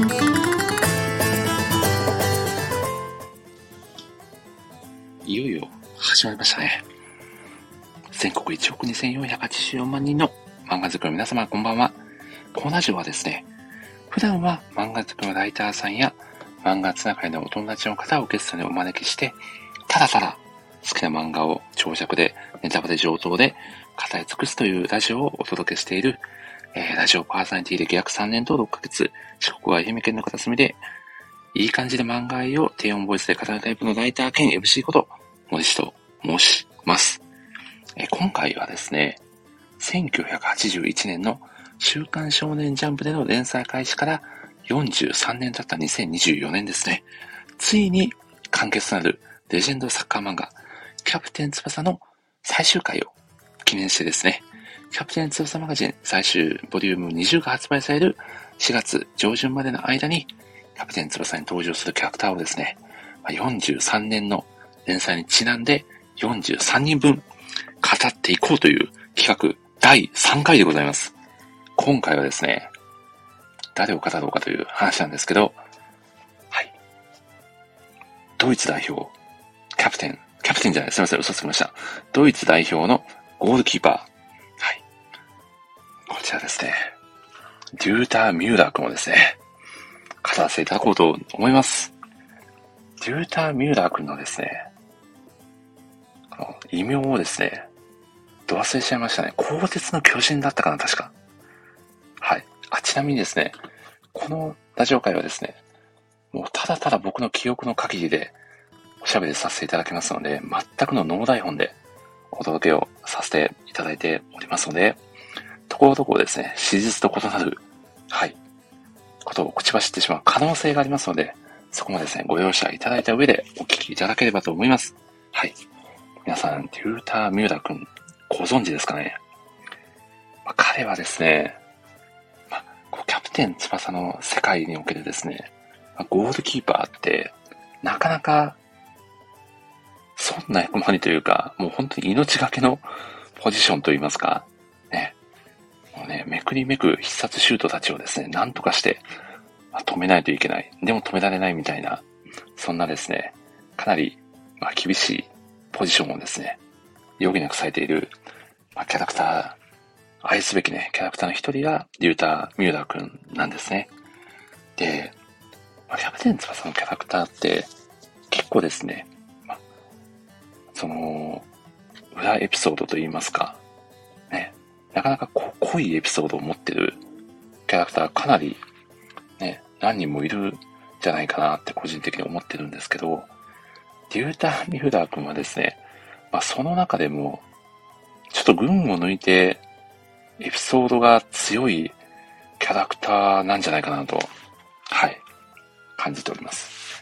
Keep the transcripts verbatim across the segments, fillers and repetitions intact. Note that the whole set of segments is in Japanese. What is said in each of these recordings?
いよいよ始まりましたね。全国いちおくにせんよんひゃくはちじゅうよんまんにんの漫画好きの皆様、こんばんは。このラジオはですね、普段は漫画好きのライターさんや漫画つながりのお友達の方をゲストにお招きして、ただただ好きな漫画を長尺でネタバレ上等で語り尽くすというラジオをお届けしている、えー、ラジオパーソナリティ歴約さんねんとろっかげつ、四国は愛媛県の片隅でいい感じで漫画愛を低音ボイスで語るタイプのライター兼 エムシー こと森氏と申します。えー、今回はですね、せんきゅうひゃくはちじゅういちねんの週刊少年ジャンプでの連載開始からよんじゅうさんねん経ったにせんにじゅうよねんですね。ついに完結となるレジェンドサッカー漫画キャプテン翼の最終回を記念してですね、キャプテン翼マガジン最終ボリュームにじゅうが発売されるしがつ上旬までの間にキャプテン翼に登場するキャラクターをですね、よんじゅうさんねんの連載にちなんでよんじゅうさんにんぶん語っていこうという企画だいさんかいでございます。今回はですね、誰を語ろうかという話なんですけど、はい。ドイツ代表、キャプテン、キャプテンじゃない、すみません、嘘つきました。ドイツ代表のゴールキーパー。はい。こちらですね。デューター・ミューラー君をですね、語らせていただこうと思います。デューター・ミューラー君のですね、この異名をですね、ど忘れしちゃいましたね。鋼鉄の巨人だったかな、確か。はい。あ、ちなみにですね、このラジオ会はですね、もうただただ僕の記憶の限りでおしゃべりさせていただきますので、全くのノー台本でお届けをさせていただいておりますので、ところどころですね、史実と異なる、はい、ことを口走ってしまう可能性がありますので、そこもですね、ご容赦いただいた上でお聞きいただければと思います。はい。皆さん、デューター・ミューラー君、ご存知ですかね。まあ、彼はですね、まあ、キャプテン翼の世界におけるですね、まあ、ゴールキーパーって、なかなか、そんな役割というか、もう本当に命がけのポジションといいますか、ね、もうね、めくりめく必殺シュートたちをですね、なんとかして、まあ、止めないといけない。でも止められないみたいな、そんなですね、かなり、まあ、厳しいポジションをですね、余儀なくされている、まあ、キャラクター、愛すべきね、キャラクターの一人が、デューター・ミューラー君なんですね。で、まあ、キャプテン翼のキャラクターって、結構ですね、まあ、その、裏エピソードといいますか、ね、なかなかこ濃いエピソードを持ってるキャラクターかなり、ね、何人もいるんじゃないかなって個人的に思ってるんですけど、デューター・ミューラー君はですね、まあ、その中でも、ちょっと群を抜いて、エピソードが強いキャラクターなんじゃないかなと、はい、感じております。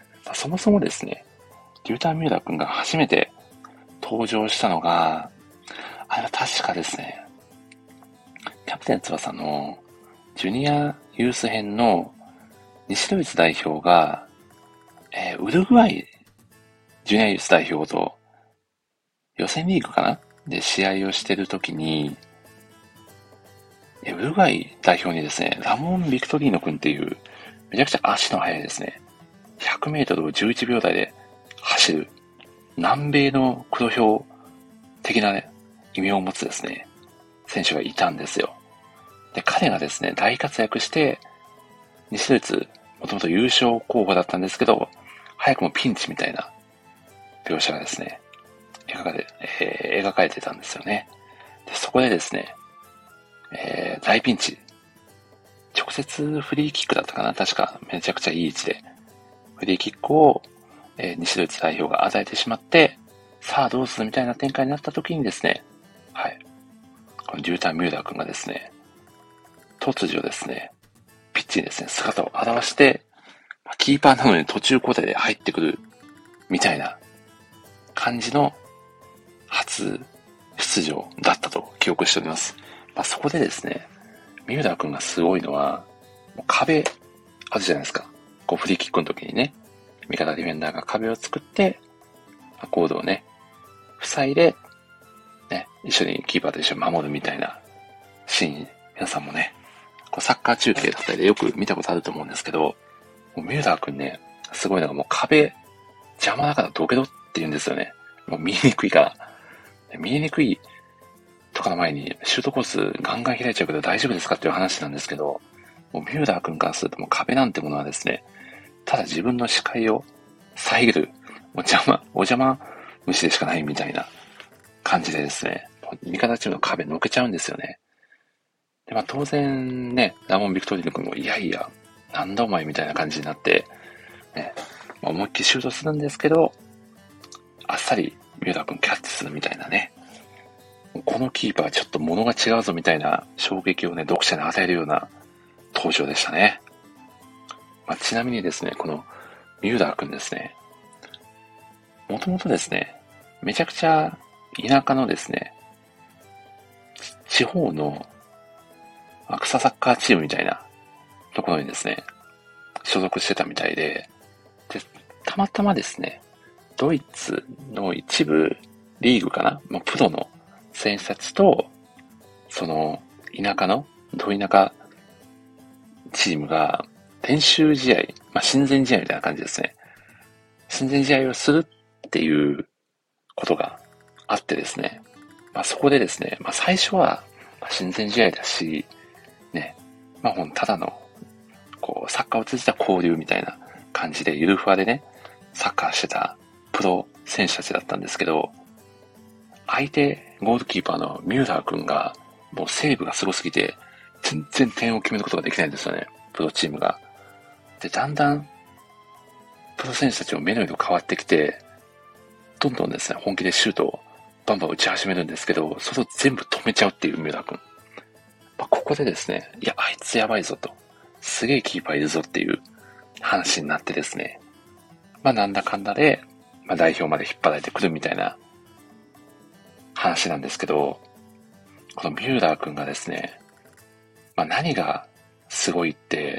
そもそもですね、デューター・ミューラー君が初めて登場したのが、あれは確かですね、キャプテン翼のジュニアユース編の西ドイツ代表が、えー、ウルグアイジュニアユース代表と予選リーグかなで試合をしているときに、ウルグアイ代表にですね、ラモン・ビクトリーノ君っていうめちゃくちゃ足の速いですね、ひゃくメートルをじゅういちびょう台で走る南米の黒ひょう的な、ね、異名を持つですね、選手がいたんですよ。で、彼がですね、大活躍して、西ドイツ、もともと優勝候補だったんですけど、早くもピンチみたいな描写がですね、描かれ、えー、描かれてたんですよね。で、そこでですね、えー、大ピンチ。直接フリーキックだったかな、確かめちゃくちゃいい位置で。フリーキックを、えー、西ドイツ代表が与えてしまって、さあどうするみたいな展開になった時にですね、はい。このデューター・ミューラー君がですね、突如ですね、ピッチにですね、姿を現して、キーパーなのに途中交代で入ってくるみたいな感じの初出場だったと記憶しております。まあ、そこでですね、ミューラー君がすごいのは、もう壁あるじゃないですか。こうフリーキックの時にね、味方ディフェンダーが壁を作って、ゴールをね、塞いで、ね、一緒にキーパーと一緒に守るみたいなシーン、皆さんもね、こうサッカー中継だったりでよく見たことあると思うんですけど、 もうミューラー君ね、すごいのがもう壁、邪魔だからどけどって言うんですよね。もう見えにくいから。見えにくいとかの前にシュートコースガンガン開いちゃうけど大丈夫ですかっていう話なんですけど、もうミューラー君からするともう壁なんてものはですね、ただ自分の視界を遮る、お邪魔、お邪魔虫でしかないみたいな感じでですね、味方チームの壁抜けちゃうんですよね。で、まあ当然ね、ラモン・ビクトリー君もいやいや、なんだお前みたいな感じになって、ね、まあ、思いっきりシュートするんですけど、あっさりミューラー君キャッチするみたいなね。このキーパーちょっと物が違うぞみたいな衝撃をね、読者に与えるような登場でしたね。まあ、ちなみにですね、このミューラー君ですね、もともとですね、めちゃくちゃ田舎のですね、地方の草サッカーチームみたいなところにですね、所属してたみたいで、で、たまたまですね、ドイツの一部リーグかな、まあ、プロの選手たちと、その田舎の、ど田舎チームが練習試合、まあ、親善試合みたいな感じですね。親善試合をするっていうことがあってですね、まあ、そこでですね、まあ、最初は親善試合だし、ね、まあ、ほんただのこうサッカーを通じた交流みたいな感じでゆるふわでね、サッカーしてたプロ選手たちだったんですけど、相手ゴールキーパーのミューラー君がもうセーブがすごすぎて全然点を決めることができないんですよね、プロチームが。で、だんだんプロ選手たちも目の色変わってきて、どんどんですね、本気でシュートをバンバン打ち始めるんですけど、それを全部止めちゃうっていうミューラー君。まあ、ここでですね、いや、あいつやばいぞと。すげえキーパーいるぞっていう話になってですね。まあなんだかんだで、まあ、代表まで引っ張られてくるみたいな話なんですけど、このミューラー君がですね、まあ何がすごいって、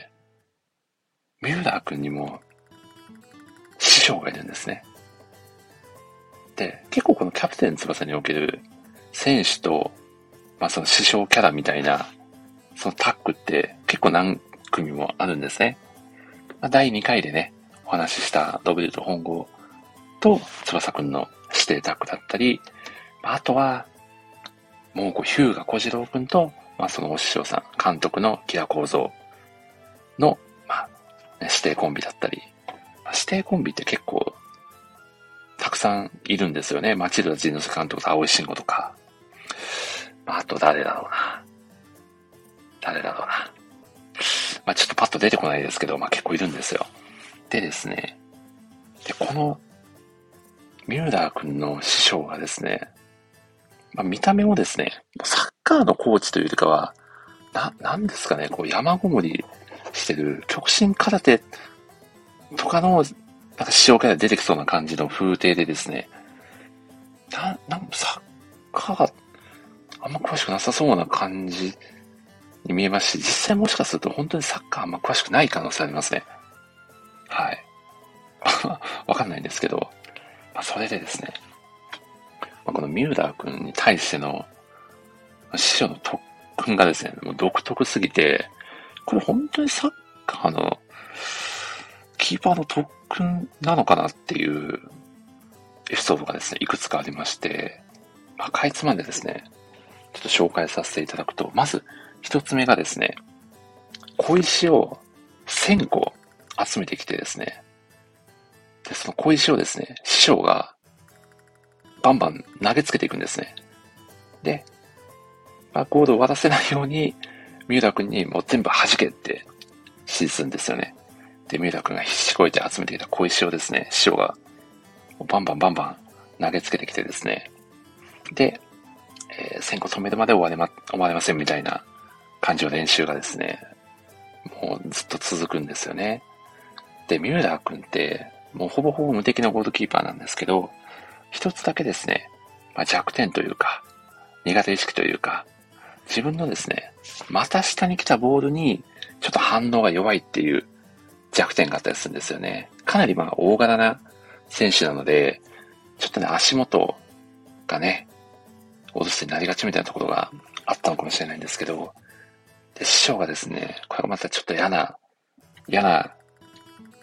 ミューラー君にも師匠がいるんですね。で、結構このキャプテン翼における選手と、まあその師匠キャラみたいな、そのタッグって結構何組もあるんですね。まあ、だいにかいでね、お話ししたドブルと本郷と翼くんの指定タッグだったり、まあ、あとは、もうこうヒューガ小次郎くんと、まあそのお師匠さん、監督の木田幸三の、まあ、ね、指定コンビだったり、まあ、指定コンビって結構、たくさんいるんですよね。マチルダ陣之介監督と青井慎吾とか。まあ、あと誰だろうな。誰だろうな。まあ、ちょっとパッと出てこないですけど、まあ結構いるんですよ。でですね、で、この、ミューラー君の師匠がですね、まあ見た目もですね、サッカーのコーチというよりかは、な、なんですかね、こう山ごもりしてる極真空手とかの、なんか師匠から出てきそうな感じの風景でですね、な、なんサッカー、あんま詳しくなさそうな感じに見えますし、実際もしかすると本当にサッカーあんま詳しくない可能性ありますね。はい。わかんないんですけど、まあ、それでですね、まあ、このミューラー君に対しての師匠の特訓がですね、もう独特すぎて、これ本当にサッカーのキーパーの特訓なのかなっていうエピソードがですね、いくつかありまして、まあ、かいつまんでですね、ちょっと紹介させていただくと、まず一つ目がですね、小石をせんこ集めてきてですね、で、その小石をですね、師匠がバンバン投げつけていくんですね。で、まあ、ゴールを割らせないように、ミューラー君にもう全部弾けって指示するんですよね。で、ミューラー君が必死こいて集めてきた小石をですね、師匠がバンバンバンバン投げつけてきてですね、で、えー、せんこ止めるまで終われま、終われませんみたいな感じの練習がですね、もうずっと続くんですよね。で、ミューラー君って、もうほぼほぼ無敵のゴールキーパーなんですけど、一つだけですね、まあ、弱点というか、苦手意識というか、自分のですね、股下に来たボールにちょっと反応が弱いっていう弱点があったりするんですよね。かなりまあ大柄な選手なので、ちょっとね、足元がね、お留守になりがちみたいなところがあったのかもしれないんですけど、で師匠がですね、これがまたちょっと嫌な、嫌な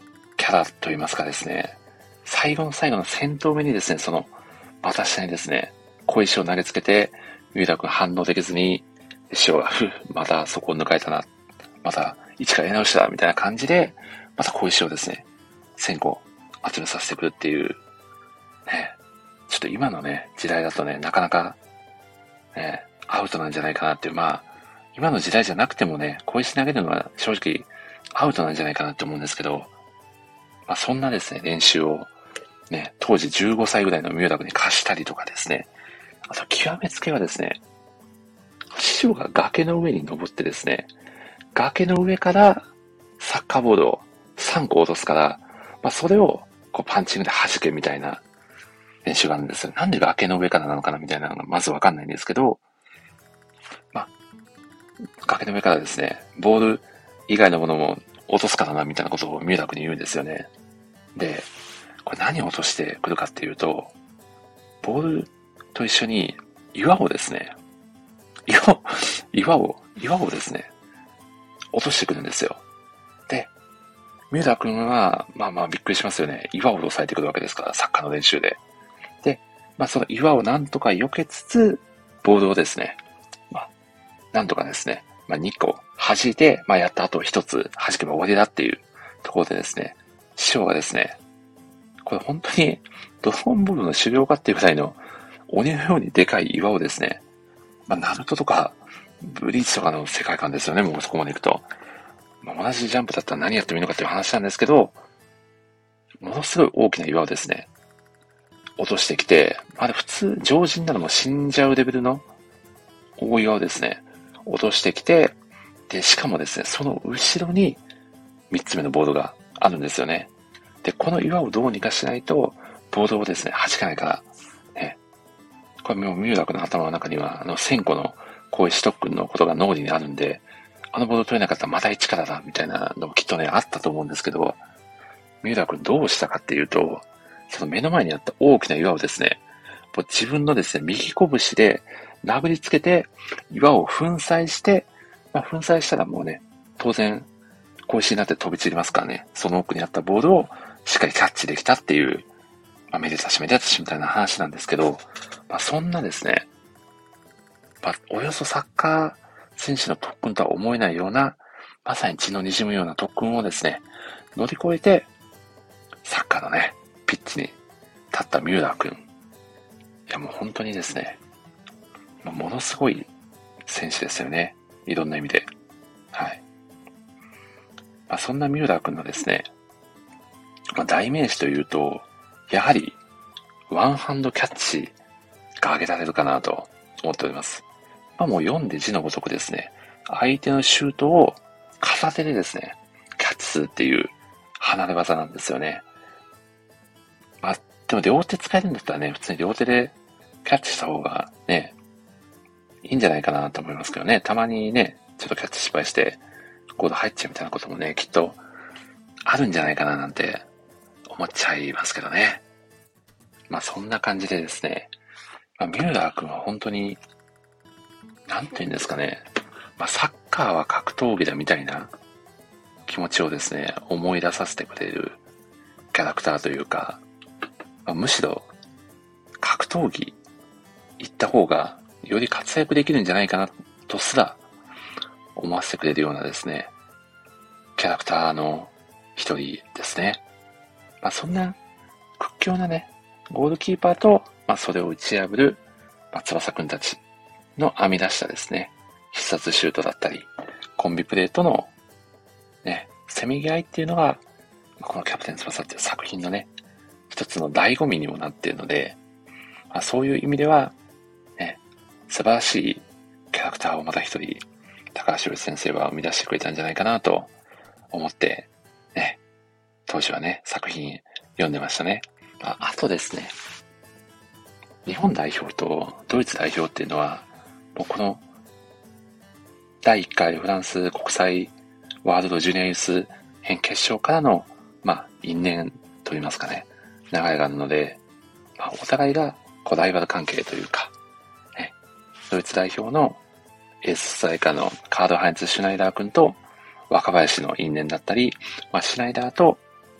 ャラといいますかですね、最後の最後の戦闘目にですね、その、また下にですね、小石を投げつけて、三浦君反応できずに、塩が、ふまたそこを抜かれたな、また一からやり直しだ、みたいな感じで、また小石をですね、先行集めさせてくるっていう、ね、ちょっと今のね、時代だとね、なかなか、ね、アウトなんじゃないかなっていう、まあ、今の時代じゃなくてもね、小石投げるのは正直アウトなんじゃないかなって思うんですけど、まあそんなですね、練習をね、当時じゅうごさいぐらいの三浦君に貸したりとかですね、あと極めつけはですね、師匠が崖の上に登ってですね、崖の上からサッカーボードをさんこ落とすから、まあそれをこうパンチングで弾けみたいな練習があるんですよ。なんで崖の上からなのかなみたいなのがまずわかんないんですけど、まあ、崖の上からですね、ボール以外のものも落とすからなみたいなことを三浦君に言うんですよね。で、これ何を落としてくるかっていうと、ボールと一緒に岩をですね、岩を、岩を、岩をですね、落としてくるんですよ。で、三浦君は、まあまあびっくりしますよね。岩を落とされてくるわけですから、サッカーの練習で。で、まあその岩をなんとか避けつつ、ボールをですね、まあ、なんとかですね、まあにこ弾いて、まあやった後ひとつ弾けば終わりだっていうところでですね、師匠がですね、これ本当にドラゴンボールの修行かっていうくらいの鬼のようにでかい岩をですね、まあナルトとかブリーチとかの世界観ですよね、もうそこまで行くと。まあ、同じジャンプだったら何やってもいいのかっていう話なんですけど、ものすごい大きな岩をですね、落としてきて、まだ普通、常人ならもう死んじゃうレベルの大岩をですね、落としてきて、で、しかもですね、その後ろにみっつめのボードがあるんですよね。で、この岩をどうにかしないと、ボードをですね、弾かないから、ね。これもうミューラクの頭の中には、あの、せんこのこういうストックのことが脳裏にあるんで、あのボード取れなかったらまた一からだ、みたいなのもきっとね、あったと思うんですけど、ミューラ君どうしたかっていうと、その目の前にあった大きな岩をですね、もう自分のですね、右拳で殴りつけて、岩を粉砕して、まあ、粉砕したらもうね、当然、小石になって飛び散りますからね、その奥にあったボードをしっかりキャッチできたっていう、まあ、めでたしめでたしみたいな話なんですけど、まあ、そんなですね、まあ、およそサッカー選手の特訓とは思えないような、まさに血の滲むような特訓をですね、乗り越えて、サッカーのね、ピッチに立ったミューラー君。いやもう本当にですね、ものすごい選手ですよね。いろんな意味で。はい。まあ、そんなミューラー君のですね、まあ、代名詞というと、やはり、ワンハンドキャッチが挙げられるかなと思っております。まあもう読んで字のごとくですね、相手のシュートを片手でですね、キャッチするっていう離れ技なんですよね。まあ、でも両手使えるんだったらね、普通に両手でキャッチした方がね、いいんじゃないかなと思いますけどね。たまにね、ちょっとキャッチ失敗して、ゴール入っちゃうみたいなこともね、きっとあるんじゃないかななんて思っちゃいますけどね。まあそんな感じでですね、まあ、ミューラー君は本当に、なんて言うんですかね、まあサッカーは格闘技だみたいな気持ちをですね、思い出させてくれるキャラクターというか、まあ、むしろ格闘技行った方がより活躍できるんじゃないかなとすら思わせてくれるようなですね、キャラクターの一人ですね。まあそんな屈強なね、ゴールキーパーと、まあそれを打ち破る、まあ、翼くんたちの編み出したですね、必殺シュートだったり、コンビプレートのね、せめぎ合いっていうのが、このキャプテン翼っていう作品のね、一つの醍醐味にもなっているので、まあ、そういう意味では、ね、素晴らしいキャラクターをまた一人、高橋由先生は生み出してくれたんじゃないかなと思って、ね、当時はね、作品読んでましたね。あ, あとですね、日本代表とドイツ代表っていうのは、もうこのだいいっかいフランス国際ワールドジュニアユース編決勝からの、まあ、因縁といいますかね、流れがあるので、まあ、お互いがこうライバル関係というか、ね、ドイツ代表のエースストライカーのカール・ハインツ・シュナイダー君と若林の因縁だったり、まあ、シュナイダーと、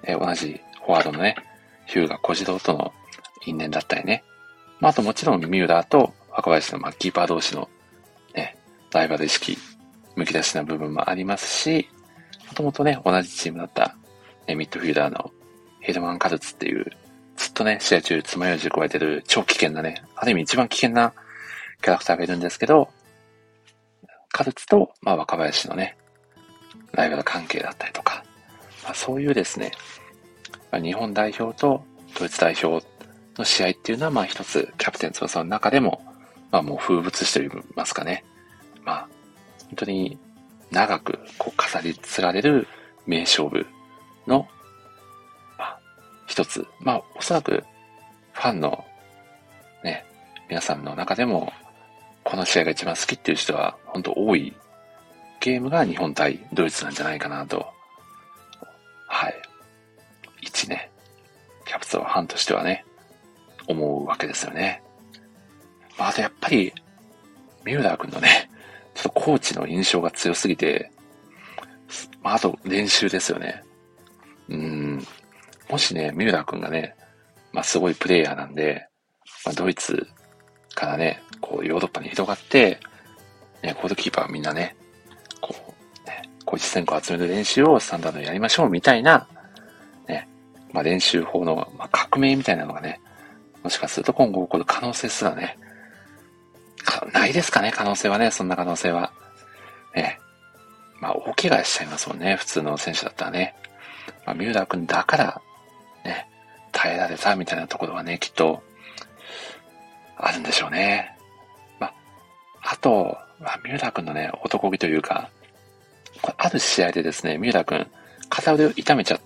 えー、同じフォワードのね、ヒューガ小次郎との因縁だったりね。まあ、あともちろんミューラーと若林の、まあ、キーパー同士のね、ライバル意識、むき出しな部分もありますし、もともとね、同じチームだった、ね、ミッドフィーダーのヘルマン・カルツっていう、ずっとね、試合中爪楊枝加えてる超危険なね、ある意味一番危険なキャラクターがいるんですけど、カルツと、まあ、若林のね、ライバル関係だったりとか、まあ、そういうですね、まあ、日本代表とドイツ代表の試合っていうのは、まあ一つ、キャプテン翼の中でも、まあもう風物詩と言いますかね。まあ、本当に長くこう語り継がれる名勝負の、まあ、一つ。まあ、おそらくファンのね、皆さんの中でも、この試合が一番好きっていう人は本当多いゲームが日本対ドイツなんじゃないかなと。はい。一ね、キャプツバファンとしてはね、思うわけですよね。まあ、あとやっぱり、ミューラー君のね、ちょっとコーチの印象が強すぎて、まあ、あと練習ですよね。うーん。もしね、ミューラー君がね、まあすごいプレイヤーなんで、まあ、ドイツからね、こうヨーロッパに広がって、ね、ゴールキーパーみんなね、こう、ね、コーチ選考を集める練習をスタンダードにやりましょうみたいな、ね、まあ練習法の、まあ、革命みたいなのがね、もしかすると今後起こる可能性すらね、ないですかね、可能性はね、そんな可能性は。ね、まあ大怪我しちゃいますもんね、普通の選手だったらね。まあ、ミューラー君だから、ね、耐えられたみたいなところはね、きっと、あるんでしょうね。まあ、あと、まあ、ミューラー君のね、男気というか、これある試合でですね、ミューラー君、片腕を痛めちゃって、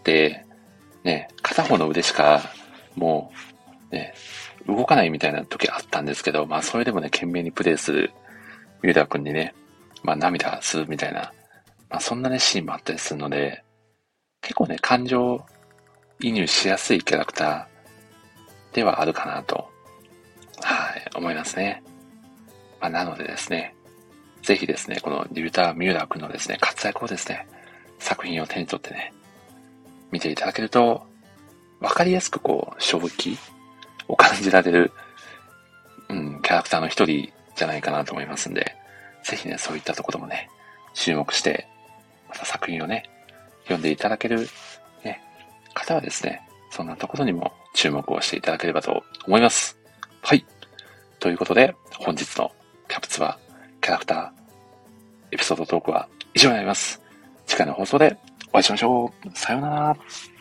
ね、片方の腕しか、もう、ね、動かないみたいな時あったんですけど、まあ、それでもね、懸命にプレーするミューラー君にね、まあ、涙するみたいな、まあ、そんなね、シーンもあったりするので、結構ね、感情移入しやすいキャラクターではあるかなと、はい、思いますね。まあ、なのでですね、ぜひですね、このリューター・ミューラー君のですね、活躍をですね、作品を手に取ってね、見ていただけると、わかりやすくこう、衝撃を感じられる、うん、キャラクターの一人じゃないかなと思いますんで、ぜひね、そういったところもね、注目して、また作品をね、読んでいただける、ね、方はですね、そんなところにも注目をしていただければと思います。はい。ということで、本日のキャプツバキャラクターエピソードトークは以上になります。次回の放送でお会いしましょう。さようなら。